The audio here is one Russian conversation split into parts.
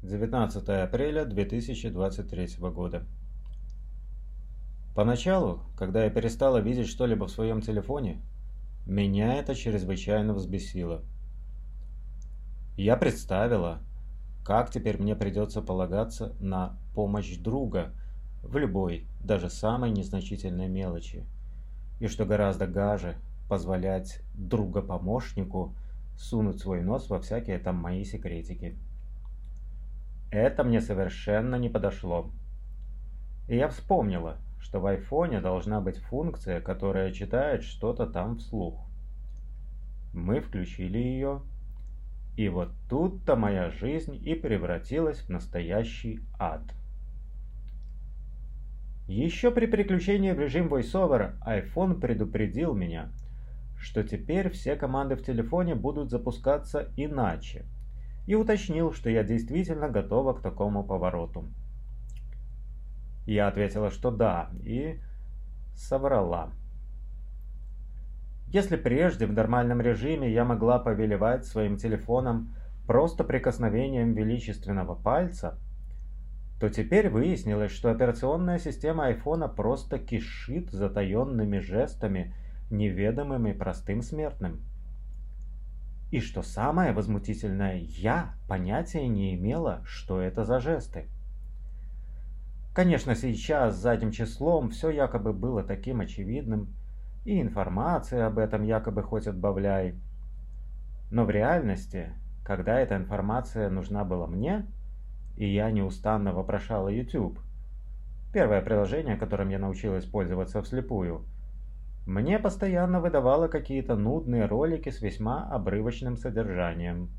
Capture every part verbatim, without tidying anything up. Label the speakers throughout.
Speaker 1: девятнадцатое апреля две тысячи двадцать третьего года. Поначалу, когда я перестала видеть что-либо в своем телефоне, меня это чрезвычайно взбесило. Я представила, как теперь мне придется полагаться на помощь друга в любой, даже самой незначительной мелочи, и что гораздо гаже позволять друга-помощнику сунуть свой нос во всякие там мои секретики. Это мне совершенно не подошло. И я вспомнила, что в айфоне должна быть функция, которая читает что-то там вслух. Мы включили ее, и вот тут-то моя жизнь и превратилась в настоящий ад. Еще при переключении в режим VoiceOver iPhone предупредил меня, что теперь все команды в телефоне будут запускаться иначе, и уточнил, что я действительно готова к такому повороту. Я ответила, что да, и соврала. Если прежде в нормальном режиме я могла повелевать своим телефоном просто прикосновением величественного пальца, то теперь выяснилось, что операционная система айфона просто кишит затаенными жестами, неведомыми простым смертным. И что самое возмутительное, я понятия не имела, что это за жесты. Конечно, сейчас задним числом все якобы было таким очевидным, и информация об этом якобы хоть отбавляй. Но в реальности, когда эта информация нужна была мне, и я неустанно вопрошала YouTube, первое приложение, которым я научилась пользоваться вслепую, мне постоянно выдавало какие-то нудные ролики с весьма обрывочным содержанием.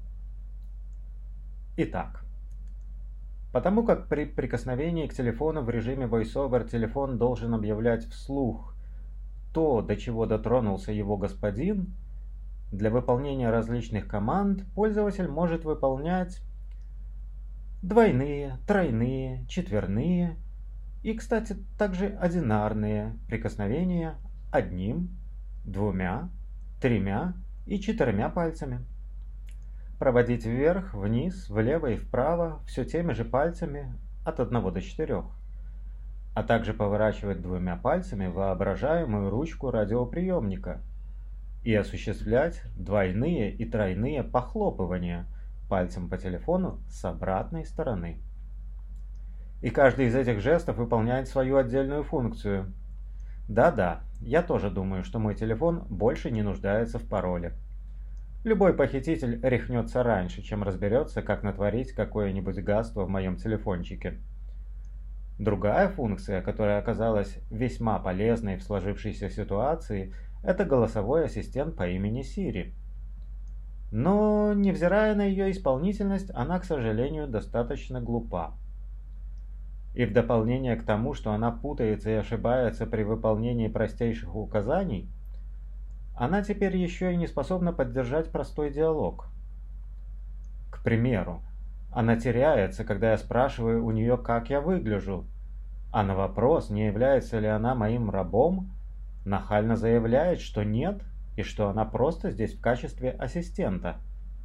Speaker 1: Итак, потому как при прикосновении к телефону в режиме VoiceOver телефон должен объявлять вслух то, до чего дотронулся его господин, для выполнения различных команд пользователь может выполнять двойные, тройные, четверные и, кстати, также одинарные прикосновения одним, двумя, тремя и четырьмя пальцами. Проводить вверх, вниз, влево и вправо все теми же пальцами от одного до четырёх, а также поворачивать двумя пальцами воображаемую ручку радиоприемника и осуществлять двойные и тройные похлопывания пальцем по телефону с обратной стороны. И каждый из этих жестов выполняет свою отдельную функцию. Да-да, я тоже думаю, что мой телефон больше не нуждается в пароле. Любой похититель рехнется раньше, чем разберется, как натворить какое-нибудь гадство в моем телефончике. Другая функция, которая оказалась весьма полезной в сложившейся ситуации, это голосовой ассистент по имени Siri. Но, невзирая на ее исполнительность, она, к сожалению, достаточно глупа. И в дополнение к тому, что она путается и ошибается при выполнении простейших указаний, она теперь еще и не способна поддержать простой диалог. К примеру, она теряется, когда я спрашиваю у нее, как я выгляжу, а на вопрос, не является ли она моим рабом, нахально заявляет, что нет, и что она просто здесь в качестве ассистента.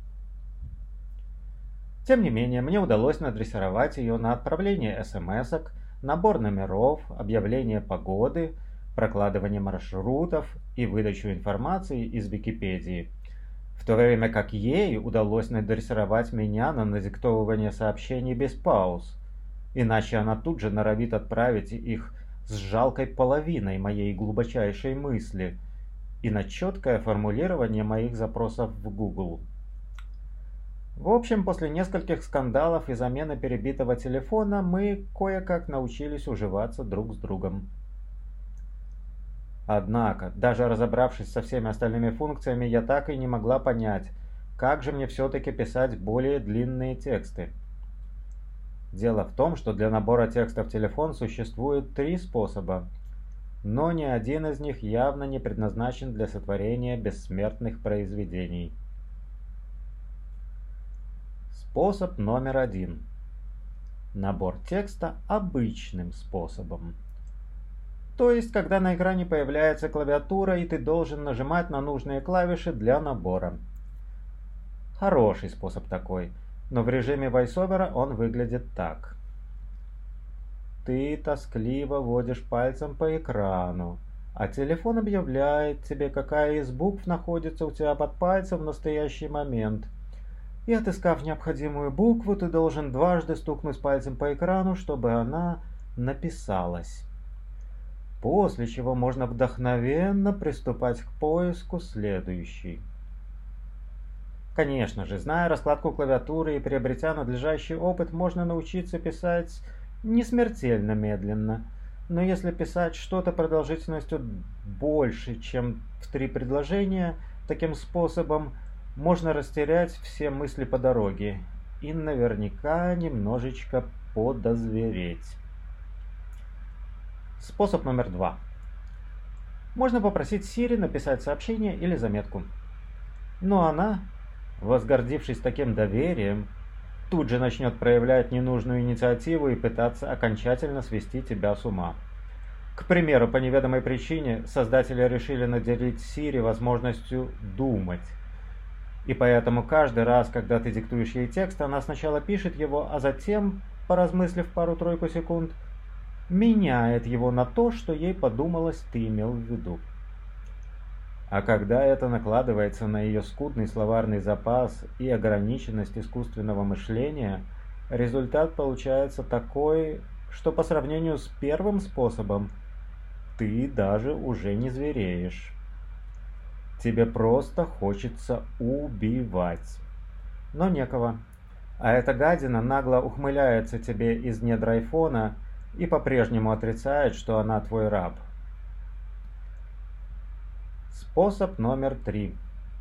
Speaker 1: Тем не менее, мне удалось надрессировать ее на отправление смс-ок, набор номеров, объявление погоды, прокладывание маршрутов и выдачу информации из Википедии, в то время как ей удалось надрессировать меня на надиктовывание сообщений без пауз, иначе она тут же норовит отправить их с жалкой половиной моей глубочайшей мысли и на четкое формулирование моих запросов в Google. В общем, после нескольких скандалов и замены перебитого телефона мы кое-как научились уживаться друг с другом. Однако, даже разобравшись со всеми остальными функциями, я так и не могла понять, как же мне все-таки писать более длинные тексты. Дело в том, что для набора текста в телефон существует три способа, но ни один из них явно не предназначен для сотворения бессмертных произведений. Способ номер один. Набор текста обычным способом. То есть, когда на экране появляется клавиатура, и ты должен нажимать на нужные клавиши для набора. Хороший способ такой. но в режиме voiceover он выглядит так. Ты тоскливо водишь пальцем по экрану, а телефон объявляет тебе, какая из букв находится у тебя под пальцем в настоящий момент. И отыскав необходимую букву, ты должен дважды стукнуть пальцем по экрану, чтобы она написалась. После чего можно вдохновенно приступать к поиску следующей. Конечно же, зная раскладку клавиатуры и приобретя надлежащий опыт, можно научиться писать не смертельно медленно. Но если писать что-то продолжительностью больше, чем в три предложения, таким способом можно растерять все мысли по дороге и наверняка немножечко подозвереть. Способ номер два. Можно попросить Siri написать сообщение или заметку. Но она, возгордившись таким доверием, тут же начнет проявлять ненужную инициативу и пытаться окончательно свести тебя с ума. К примеру, по неведомой причине создатели решили наделить Siri возможностью думать. И поэтому каждый раз, когда ты диктуешь ей текст, она сначала пишет его, а затем, поразмыслив пару-тройку секунд, меняет его на то, что ей подумалось, ты имел в виду. А когда это накладывается на ее скудный словарный запас и ограниченность искусственного мышления, результат получается такой, что по сравнению с первым способом ты даже уже не звереешь. Тебе просто хочется убивать. Но некого. А эта гадина нагло ухмыляется тебе из недр айфона и по-прежнему отрицает, что она твой раб. Способ номер три.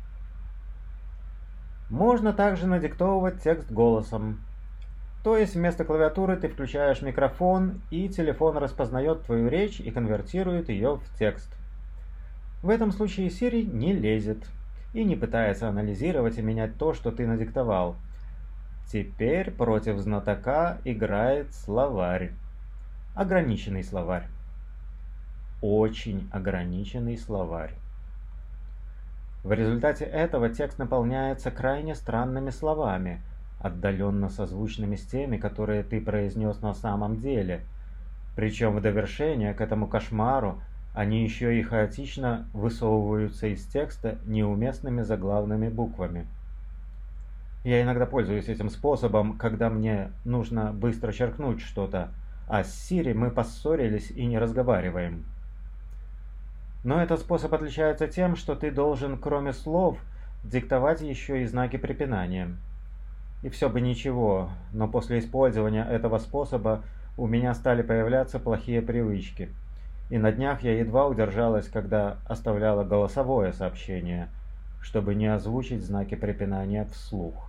Speaker 1: Можно также надиктовывать текст голосом. То есть вместо клавиатуры ты включаешь микрофон, и телефон распознает твою речь и конвертирует ее в текст. В этом случае Siri не лезет и не пытается анализировать и менять то, что ты надиктовал. Теперь против знатока играет словарь. Ограниченный словарь. Очень ограниченный словарь. В результате этого текст наполняется крайне странными словами, отдаленно созвучными с теми, которые ты произнес на самом деле. Причем в довершение к этому кошмару они еще и хаотично высовываются из текста неуместными заглавными буквами. Я иногда пользуюсь этим способом, когда мне нужно быстро черкнуть что-то, а с Siri мы поссорились и не разговариваем. Но этот способ отличается тем, что ты должен, кроме слов, диктовать еще и знаки препинания. И все бы ничего, но после использования этого способа у меня стали появляться плохие привычки. И на днях я едва удержалась, когда оставляла голосовое сообщение, чтобы не озвучить знаки препинания вслух.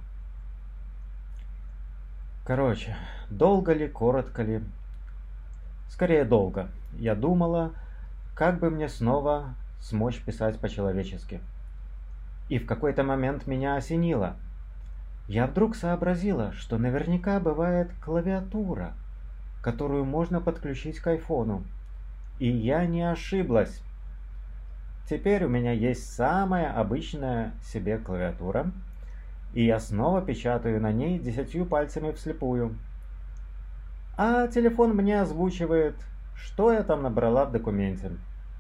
Speaker 1: Короче, долго ли, коротко ли? Скорее долго. Я думала, как бы мне снова смочь писать по-человечески. И в какой-то момент меня осенило. Я вдруг сообразила, что наверняка бывает клавиатура, которую можно подключить к айфону. И я не ошиблась. Теперь у меня есть самая обычная себе клавиатура, и я снова печатаю на ней десятью пальцами вслепую. А телефон мне озвучивает, что я там набрала в документе.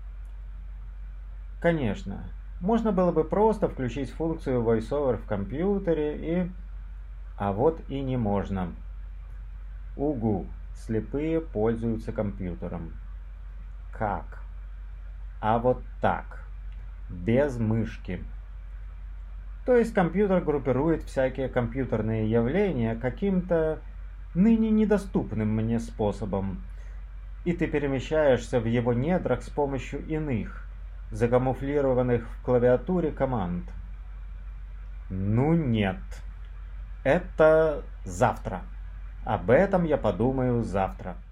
Speaker 1: Конечно, можно было бы просто включить функцию VoiceOver в компьютере и... А вот и не можно. Угу, слепые пользуются компьютером. Как? А вот так. Без мышки. То есть компьютер группирует всякие компьютерные явления каким-то ныне недоступным мне способом. И ты перемещаешься в его недрах с помощью иных, закамуфлированных в клавиатуре команд. Ну нет. Это завтра. Об этом я подумаю завтра.